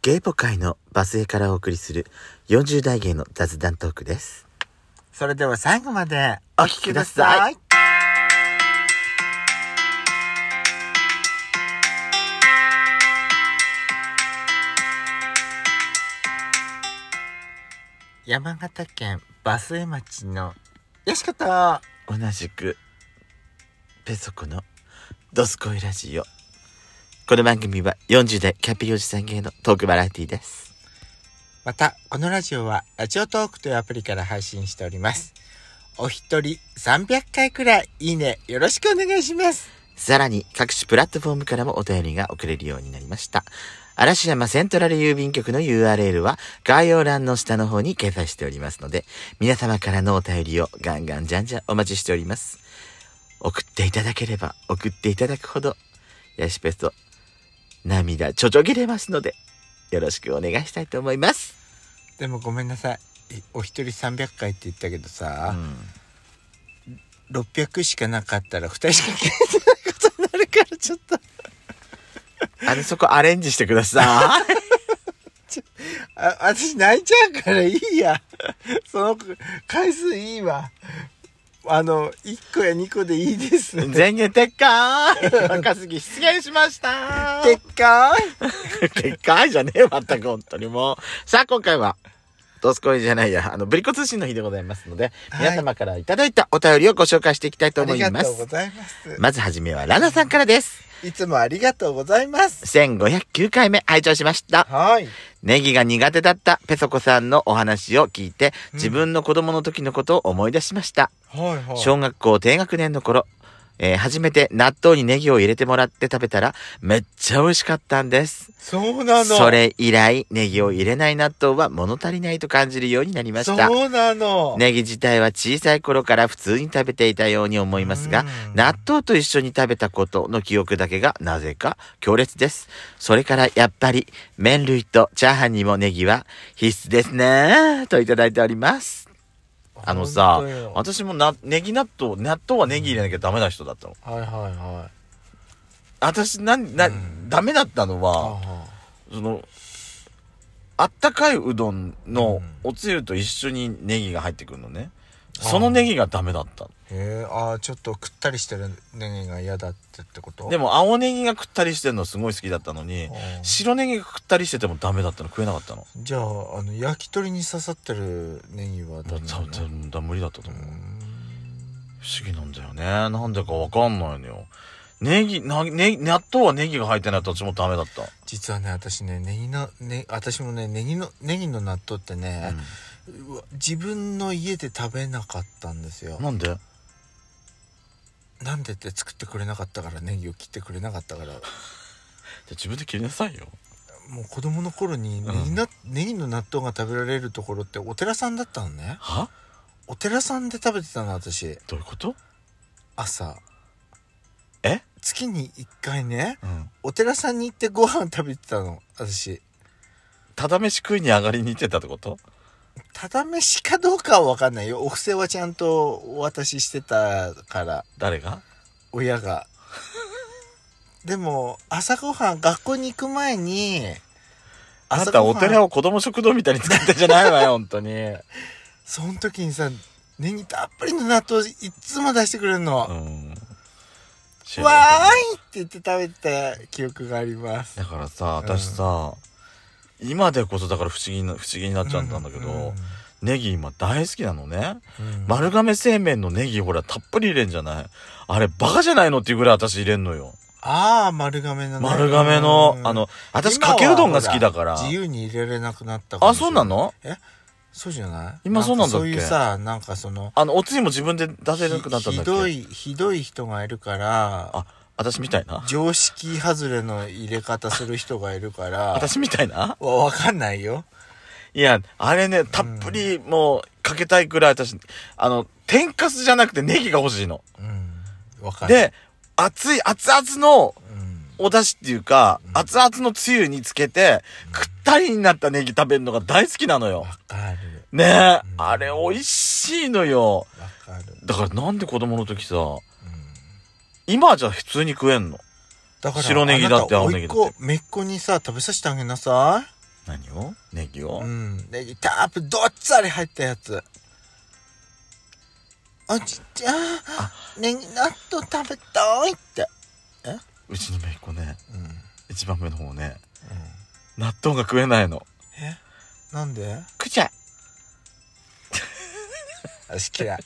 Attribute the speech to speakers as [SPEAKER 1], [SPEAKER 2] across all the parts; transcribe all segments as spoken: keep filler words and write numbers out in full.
[SPEAKER 1] ゲイポ界のバスへからお送りするよんじゅう代芸の雑談トークです。
[SPEAKER 2] それでは最後まで
[SPEAKER 1] お聞きください。
[SPEAKER 2] 山形県バスへ町のよしこと
[SPEAKER 1] 同じくペソコのドスコイラジオ。この番組はよんじゅう代キャピリおじさん芸のトークバラエティです。
[SPEAKER 2] またこのラジオはラジオトークというアプリから配信しております。お一人さんびゃっかいくらいいいねよろしくお願いします。
[SPEAKER 1] さらに各種プラットフォームからもお便りが送れるようになりました。嵐山セントラル郵便局の ユーアールエル は概要欄の下の方に掲載しておりますので、皆様からのお便りをガンガンじゃんじゃんお待ちしております。送っていただければ送っていただくほどヤシペソ涙ちょちょぎれますのでよろしくお願いしたいと思います。
[SPEAKER 2] でもごめんなさい、お一人さんびゃっかいって言ったけどさ、うん、ろっぴゃくしかなかったらふたりしか聞いてないことになるからちょっと
[SPEAKER 1] あれそこアレンジしてください
[SPEAKER 2] ちょあ私泣いちゃうからいいやその回数いいわ。あのいっこやにこでいいです。
[SPEAKER 1] 全言撤回若杉出現しました
[SPEAKER 2] 撤回
[SPEAKER 1] 撤回じゃねえまったく本当にもう。さあ今回はドスコイじゃないやあのブリコ通信の日でございますので、はい、皆様からいただいたお便りをご紹介していきたいと思います。
[SPEAKER 2] ありがとうございます。
[SPEAKER 1] まずはじめはラナさんからです。
[SPEAKER 2] いつもありがとうございます。
[SPEAKER 1] せんごひゃくきゅうかいめ拝聴しました。
[SPEAKER 2] はい。
[SPEAKER 1] ネギが苦手だったペソコさんのお話を聞いて、自分の子供の時のことを思い出しました。
[SPEAKER 2] うん、はいはい。
[SPEAKER 1] 小学校低学年の頃、えー、初めて納豆にネギを入れてもらって食べたらめっちゃ美味しかったんです。
[SPEAKER 2] そうなの。
[SPEAKER 1] それ以来ネギを入れない納豆は物足りないと感じるようになりました。
[SPEAKER 2] そうなの。
[SPEAKER 1] ネギ自体は小さい頃から普通に食べていたように思いますが、納豆と一緒に食べたことの記憶だけがなぜか強烈です。それからやっぱり麺類とチャーハンにもネギは必須ですねといただいております。あのさ、私もなネギ納豆、納豆はネギ入れなきゃダメな人だったの。
[SPEAKER 2] はいはいはい。
[SPEAKER 1] 私なな、うん、ダメだったのは、はあ、そのあったかいうどんのおつゆと一緒にネギが入ってくるのね。うん、そのネギがダメだった。
[SPEAKER 2] へえ、ああちょっとくったりしてるネギが嫌だってってこと？
[SPEAKER 1] でも青ネギがくったりしてるのすごい好きだったのに、白ネギがくったりしててもダメだったの、食えなかったの。
[SPEAKER 2] じゃああの焼き鳥に刺さってるネギはダメなの？
[SPEAKER 1] だだ無理だったと思う。不思議なんだよね。なんでかわかんないのよ。ネギな、ね、納豆はネギが入ってないと私もダメだった。
[SPEAKER 2] 実はね私ねネギのね私もねネギのネギの納豆ってね、うん、自分の家で食べなかったんですよ。
[SPEAKER 1] なんで？
[SPEAKER 2] なんでって作ってくれなかったから、ネギを切ってくれなかったからじゃあ
[SPEAKER 1] 自分で切りなさいよ。
[SPEAKER 2] もう子供の頃にネギな、うん、ネギの納豆が食べられるところってお寺さんだったのね。
[SPEAKER 1] は？
[SPEAKER 2] お寺さんで食べてたの私。
[SPEAKER 1] どういうこと？
[SPEAKER 2] 朝
[SPEAKER 1] え
[SPEAKER 2] 月にいっかいね、
[SPEAKER 1] うん、
[SPEAKER 2] お寺さんに行ってご飯食べてたの私。
[SPEAKER 1] ただ飯食いに上がりに行ってたってこと？
[SPEAKER 2] ただ飯かどうかは分かんないよ。お布施はちゃんとお渡ししてたから。
[SPEAKER 1] 誰が？
[SPEAKER 2] 親がでも朝ごはん学校に行く前に
[SPEAKER 1] あなたお寺を子供食堂みたいに作ってんじゃないわよ本当に。
[SPEAKER 2] その時にさネギたっぷりの納豆いつも出してくれるの。うん、わーいって言って食べた記憶があります。
[SPEAKER 1] だからさ私さ、うん、今でこそだから不思議な不思議になっちゃったんだけど、うんうん、ネギ今大好きなのね、うん、丸亀製麺のネギほらたっぷり入れんじゃない？あれバカじゃないのっていうぐらい私入れんのよ。
[SPEAKER 2] ああ丸亀のね。
[SPEAKER 1] 丸亀の、うん、あの私かけうどんが好きだから
[SPEAKER 2] 自由に入れれなくなったかもしれない。
[SPEAKER 1] あ、そうなの？
[SPEAKER 2] えそうじゃない？
[SPEAKER 1] 今そうなんだっけ？
[SPEAKER 2] そういうさなんかその
[SPEAKER 1] あのおつゆも自分で出せなくなったんだっけ？
[SPEAKER 2] ひどいひどい人がいるから。
[SPEAKER 1] あ、私みたいな
[SPEAKER 2] 常識外れの入れ方する人がいるから
[SPEAKER 1] 私みたいな
[SPEAKER 2] わわかんないよ。
[SPEAKER 1] いやあれねたっぷりもうかけたいくらい私あの天かすじゃなくてネギが欲しいの。
[SPEAKER 2] うん、わかる。
[SPEAKER 1] で熱い熱々のお出汁っていうか、うん、熱々のつゆにつけて、うん、くったりになったネギ食べるのが大好きなのよ。
[SPEAKER 2] わかる
[SPEAKER 1] ねえ、うん、あれ美味しいのよ。
[SPEAKER 2] わかる。
[SPEAKER 1] だからなんで子供の時さ、うん、今はじゃあ普通に食えんの？だから白ネギだって青ネギだって。
[SPEAKER 2] めっ子にさ食べさせてあげなさ
[SPEAKER 1] 何を？ネギを？
[SPEAKER 2] うん。ネギたっぷりどっさり入ったやつ。おじちゃん、あ、ネギ納豆食べたいって。え？
[SPEAKER 1] うちのめいっ子ね、
[SPEAKER 2] うん、
[SPEAKER 1] 一番目の方ね、
[SPEAKER 2] うん、
[SPEAKER 1] 納豆が食えないの。
[SPEAKER 2] え？なんで？
[SPEAKER 1] 食っちゃい。
[SPEAKER 2] 私嫌い。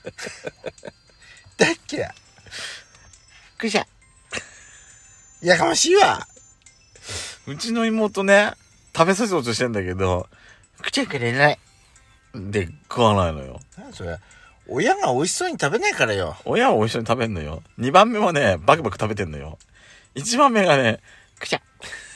[SPEAKER 2] 大嫌い。
[SPEAKER 1] 食っちゃい。
[SPEAKER 2] やかましいわ。
[SPEAKER 1] うちの妹ね、食べさせようとしてんだけど、食っちゃいくれない。で、食わないのよ。
[SPEAKER 2] 何それ？親が美味しそうに食べないからよ。
[SPEAKER 1] 親は美味しそうに食べんのよ。にばんめはね、バクバク食べてんのよ。いちばんめがね、くちゃ。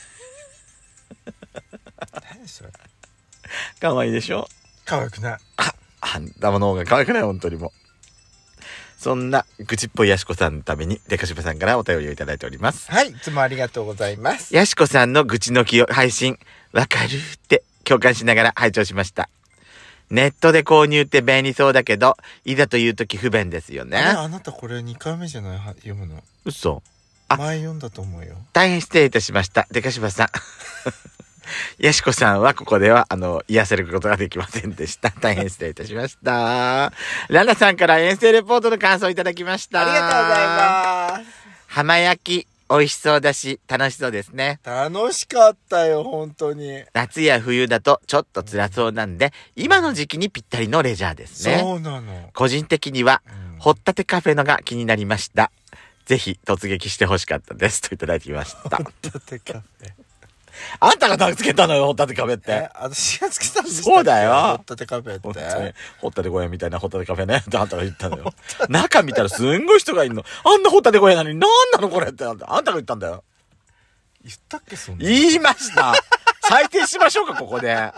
[SPEAKER 2] 何それ？
[SPEAKER 1] かわいいでしょ？
[SPEAKER 2] 可愛くない。
[SPEAKER 1] あ、あんたの方が可愛くない、本当にもう。そんな愚痴っぽいやしこさんのためにデカシバさんからお便りをいただいております。
[SPEAKER 2] はい、いつもありがとうございます。
[SPEAKER 1] やしこさんの愚痴のき配信わかるって共感しながら拝聴しました。ネットで購入って便利そうだけど、いざという時不便ですよね。
[SPEAKER 2] あ, あなたこれにかいめじゃない読むの？
[SPEAKER 1] 嘘？
[SPEAKER 2] あ、前読んだと思うよ。
[SPEAKER 1] 大変失礼いたしました。デカシバさん。やしこさんはここではあの癒せることができませんでした。大変失礼いたしました。ラナさんから遠征レポートの感想をいただきました。
[SPEAKER 2] ありがとうございます。
[SPEAKER 1] 浜焼き美味しそうだし楽しそうですね。
[SPEAKER 2] 楽しかったよ本当に。
[SPEAKER 1] 夏や冬だとちょっと辛そうなんで、今の時期にぴったりのレジャーですね。
[SPEAKER 2] そうなの。
[SPEAKER 1] 個人的には、
[SPEAKER 2] うん、
[SPEAKER 1] ほったてカフェのが気になりました。ぜひ突撃してほしかったですといただきました。
[SPEAKER 2] ほったてカフェ。
[SPEAKER 1] あんたが名付けたのよ、ほったてカフェって。
[SPEAKER 2] え、私がつけたんです
[SPEAKER 1] そうだよ。
[SPEAKER 2] ほったてカフェって。
[SPEAKER 1] ほったて小屋みたいなほったてカフェね。ってあんたが言ったのよ。中見たらすんごい人がいるの。あんなほったて小屋なのに、なんなのこれって。あんたが言ったんだよ。
[SPEAKER 2] 言ったっけそんな。
[SPEAKER 1] 言いました。採点しましょうか、ここで。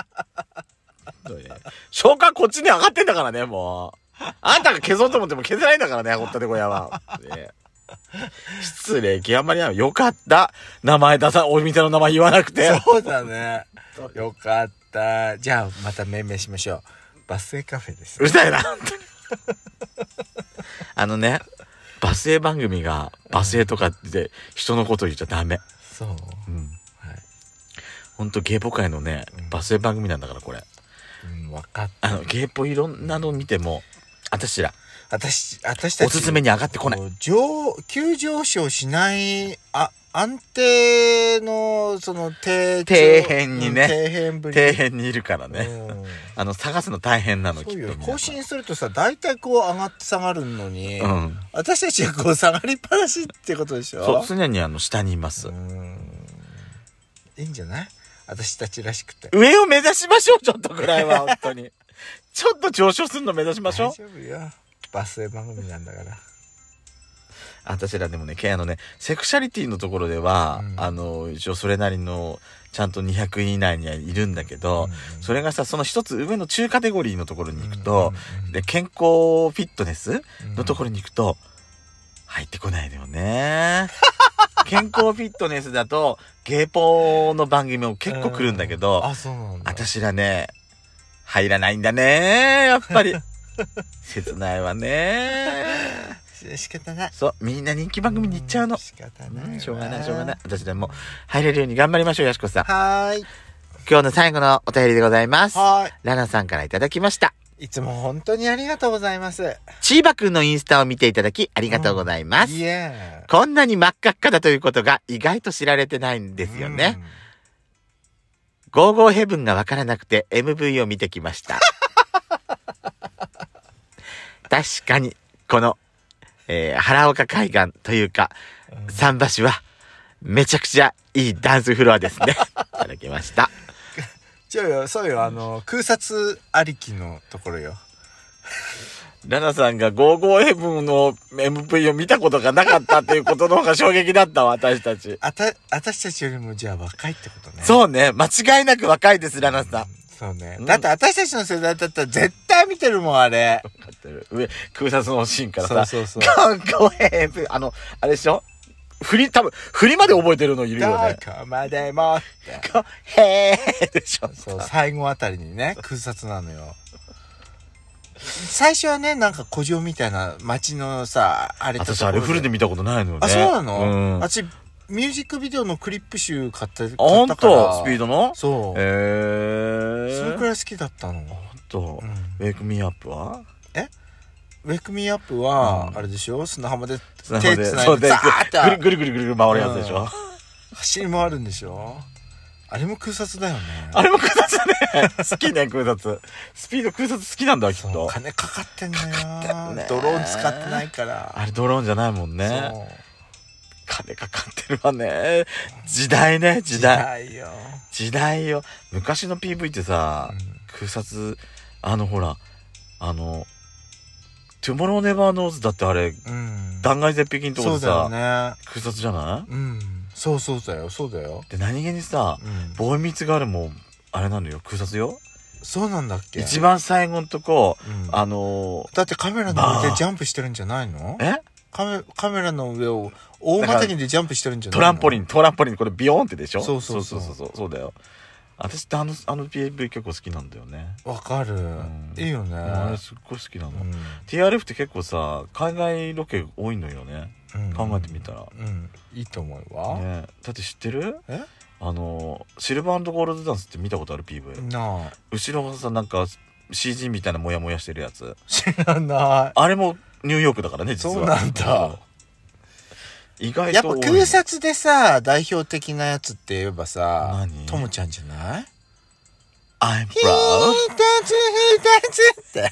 [SPEAKER 1] 消化こっちに上がってんだからね、もう。あんたが消そうと思っても消せないんだからね、ほったて小屋は。ね、失礼極まりない。よかった。名前出さ、お店の名前言わなくて。
[SPEAKER 2] そうだね。よかった。じゃあ、また命名しましょう。バス停カフェです。
[SPEAKER 1] うるさいな、本当に。あのね、バス停番組が、バス停とかで人のこと言っちゃダメ。
[SPEAKER 2] そう。うん。はい。
[SPEAKER 1] ほんとゲイポ界のね、バス停番組なんだから、これ。
[SPEAKER 2] うん、分かった。
[SPEAKER 1] あの、ゲイポいろんなの見ても、私ら。
[SPEAKER 2] 私、私たち。
[SPEAKER 1] おすすめに上がってこない。
[SPEAKER 2] 上、急上昇しない、あ、安定の、その、低、
[SPEAKER 1] 底辺にね。
[SPEAKER 2] 底辺ぶり。
[SPEAKER 1] 底辺にいるからね。あの、探すの大変なの、
[SPEAKER 2] きっと。更新するとさ、大体こう上がって下がるのに、
[SPEAKER 1] うん、
[SPEAKER 2] 私たちがこう下がりっぱなしってことでしょ？
[SPEAKER 1] そう、常にあの、下にいます。うん。
[SPEAKER 2] いいんじゃない？私たちらしくて。
[SPEAKER 1] 上を目指しましょう、ちょっとぐらいは、本当に。ちょっと上昇するの目指しましょう。
[SPEAKER 2] 大丈夫よ。バス停番組なんだから。
[SPEAKER 1] 私らでもね、ケアのね、セクシャリティのところでは、うん、あの、一応それなりの、ちゃんとにひゃくい以内にはいるんだけど、うんうん、それがさ、その一つ上の中カテゴリーのところに行くと、うんうん、で、健康フィットネスのところに行くと、入ってこないのよね。健康フィットネスだと、ゲイポの番組も結構来るんだけど、
[SPEAKER 2] あ、そうなんだ。
[SPEAKER 1] 私らね、入らないんだね、やっぱり。切ないわね。
[SPEAKER 2] 仕方ない。
[SPEAKER 1] そう、みんな人気番組に行っちゃうの。
[SPEAKER 2] 仕方ない、
[SPEAKER 1] うん。しょうがない、しょうがない。私らも入れるように頑張りましょう、やしこさん。
[SPEAKER 2] はーい。
[SPEAKER 1] 今日の最後のお便りでございます。
[SPEAKER 2] はい。
[SPEAKER 1] ラナさんからいただきました。
[SPEAKER 2] いつも本当にありがとうございます。
[SPEAKER 1] チーバくんのインスタを見ていただきありがとうございます。
[SPEAKER 2] うん、いえ。
[SPEAKER 1] こんなに真っ赤っかだということが意外と知られてないんですよね。うん、ゴーゴーヘブンがわからなくて エムブイ を見てきました。確かに、この、えー、原岡海岸というか、うん、桟橋は、めちゃくちゃいいダンスフロアですね。いただきました。
[SPEAKER 2] 違うよ、そうよ、あの、空撮ありきのところよ。
[SPEAKER 1] ラナさんがゴーゴーヘブンの エムブイ を見たことがなかったっていうことの方が衝撃だったわ、私たち。
[SPEAKER 2] あた、私たちよりもじゃあ若いってことね。
[SPEAKER 1] そうね、間違いなく若いです、ラナさん。
[SPEAKER 2] そうね、うん。だって私たちの世代だったら絶対見てるもん、あれ。
[SPEAKER 1] 分かってる。上、空撮のシーンからさ。
[SPEAKER 2] そうそうそう。
[SPEAKER 1] ゴーゴーヘブン、あの、あれでしょ？振り、多分、振りまで覚えてるのいるよね。
[SPEAKER 2] どこまでもって。
[SPEAKER 1] ゴーヘーでしょ。
[SPEAKER 2] そう、最後あたりにね、空撮なのよ。最初はね、なんか古城みたいな街のさ、あれと
[SPEAKER 1] 私あれフルで見たことないのよね。
[SPEAKER 2] あ、そうなの？うん。私、 ミュージックビデオのクリップ集買った買った
[SPEAKER 1] あ、ほん
[SPEAKER 2] から
[SPEAKER 1] とスピードの
[SPEAKER 2] そう
[SPEAKER 1] へえ
[SPEAKER 2] それくらい好きだったの。
[SPEAKER 1] ほんと、
[SPEAKER 2] うん、
[SPEAKER 1] ウェイクミーアップは
[SPEAKER 2] えウェイクミーアップは、
[SPEAKER 1] うん、
[SPEAKER 2] あれでしょ砂浜で
[SPEAKER 1] 手つないでザーッとぐるぐるぐるぐる回るやつでしょ、うん、
[SPEAKER 2] 走り回るんでしょ。あれも空撮だよね。
[SPEAKER 1] あれも空撮だね好きね空撮スピード空撮好きなんだきっと。
[SPEAKER 2] 金かかってんのよ。
[SPEAKER 1] かかってんね。
[SPEAKER 2] ドローン使ってないから。
[SPEAKER 1] あれドローンじゃないもんね。金かかってるわね。時代ね時代
[SPEAKER 2] 時代よ
[SPEAKER 1] 時代よ。昔の ピーブイ ってさ、うん、空撮あのほらあのトゥモローネバーノーズだってあれ、うん、断崖絶壁のところでさ、
[SPEAKER 2] そうだよね、
[SPEAKER 1] 空撮じゃない？
[SPEAKER 2] うんそうそうだよそうだよ。
[SPEAKER 1] で何気にさ、うん、ボーイミーツガールもあれなのよ空撮よ。
[SPEAKER 2] そうなんだっけ。
[SPEAKER 1] 一番最後のとこ、うん、あの
[SPEAKER 2] ー、だってカメラの上でジャンプしてるんじゃないの？
[SPEAKER 1] え
[SPEAKER 2] カメカメラの上を大股にでジャンプしてるんじゃないの？
[SPEAKER 1] トランポリントランポリンこれビヨーンってでしょ。
[SPEAKER 2] そうそうそう
[SPEAKER 1] そうそうそうそうだよ。私ってあのあの ピーブイ 結構好きなんだよね。
[SPEAKER 2] わかる、うん、いいよね。
[SPEAKER 1] あれすっごい好きなの、うん、ティーアールエフ って結構さ海外ロケ多いのよね、うん、考えてみたら、
[SPEAKER 2] うん、いいと思うわ、
[SPEAKER 1] ね、だって知ってる？
[SPEAKER 2] え
[SPEAKER 1] あのシルバー&ゴールドダンスって見たことある ピーブイ？
[SPEAKER 2] なあ
[SPEAKER 1] 後ろがさなんか シージー みたいなモヤモヤしてるやつ
[SPEAKER 2] 知らない。
[SPEAKER 1] あれもニューヨークだからね実は。
[SPEAKER 2] そうなんだ。
[SPEAKER 1] 意外と
[SPEAKER 2] やっぱ空撮でさ代表的なやつって言えばさ
[SPEAKER 1] 何
[SPEAKER 2] ともちゃんじゃない？
[SPEAKER 1] I'm proud
[SPEAKER 2] ひたつひたつって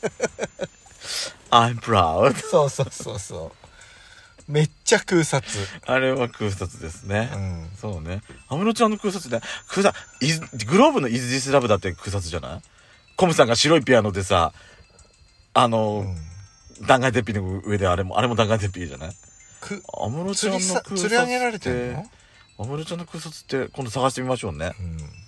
[SPEAKER 1] I'm proud
[SPEAKER 2] そうそうそうそうめっちゃ空撮。
[SPEAKER 1] あれは空撮ですね、
[SPEAKER 2] うん、
[SPEAKER 1] そうね。安室ちゃんの空撮ね。空撮グローブの Is This Love だって空撮じゃない？コムさんが白いピアノでさあの、うん、断崖絶壁の上であれもあれも断崖絶壁じゃない？安室ちゃんの空撮って
[SPEAKER 2] 釣り上げられてるの？
[SPEAKER 1] 安室ちゃんの空撮って今度探してみましょうね、
[SPEAKER 2] うん